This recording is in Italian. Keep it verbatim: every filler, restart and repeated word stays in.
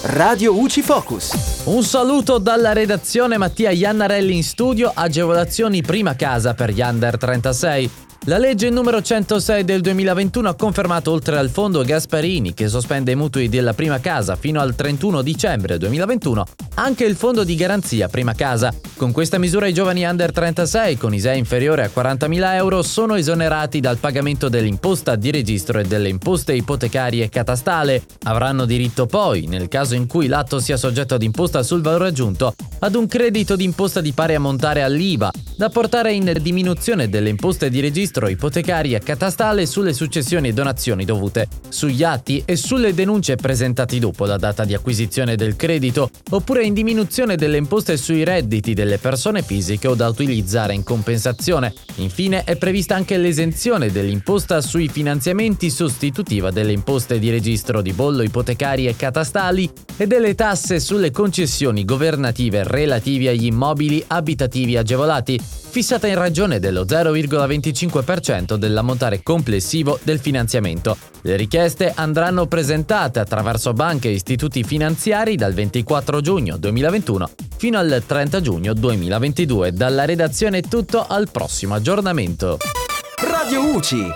Radio U C I Focus. Un saluto dalla redazione, Mattia Iannarelli in studio. Agevolazioni prima casa per gli under trentasei. La legge numero centosei del duemilaventuno ha confermato, oltre al fondo Gasparini che sospende i mutui della prima casa fino al trentuno dicembre duemilaventuno, anche il fondo di garanzia prima casa. Con questa misura i giovani under trentasei con I S E E inferiore a quarantamila euro sono esonerati dal pagamento dell'imposta di registro e delle imposte ipotecarie e catastale. Avranno diritto poi, nel caso in cui l'atto sia soggetto ad imposta sul valore aggiunto, ad un credito d'imposta di pari ammontare all'I V A, da portare in diminuzione delle imposte di registro ipotecarie e catastale sulle successioni e donazioni dovute, sugli atti e sulle denunce presentati dopo la data di acquisizione del credito, oppure in diminuzione delle imposte sui redditi delle persone fisiche o da utilizzare in compensazione. Infine è prevista anche l'esenzione dell'imposta sui finanziamenti sostitutiva delle imposte di registro di bollo ipotecarie e catastali e delle tasse sulle concessioni governative relativi agli immobili abitativi agevolati, fissata in ragione dello zero virgola venticinque per cento dell'ammontare complessivo del finanziamento. Le richieste andranno presentate attraverso banche e istituti finanziari dal ventiquattro giugno duemilaventuno fino al trenta giugno duemilaventidue. Dalla redazione è tutto, al prossimo aggiornamento. Radio U C I.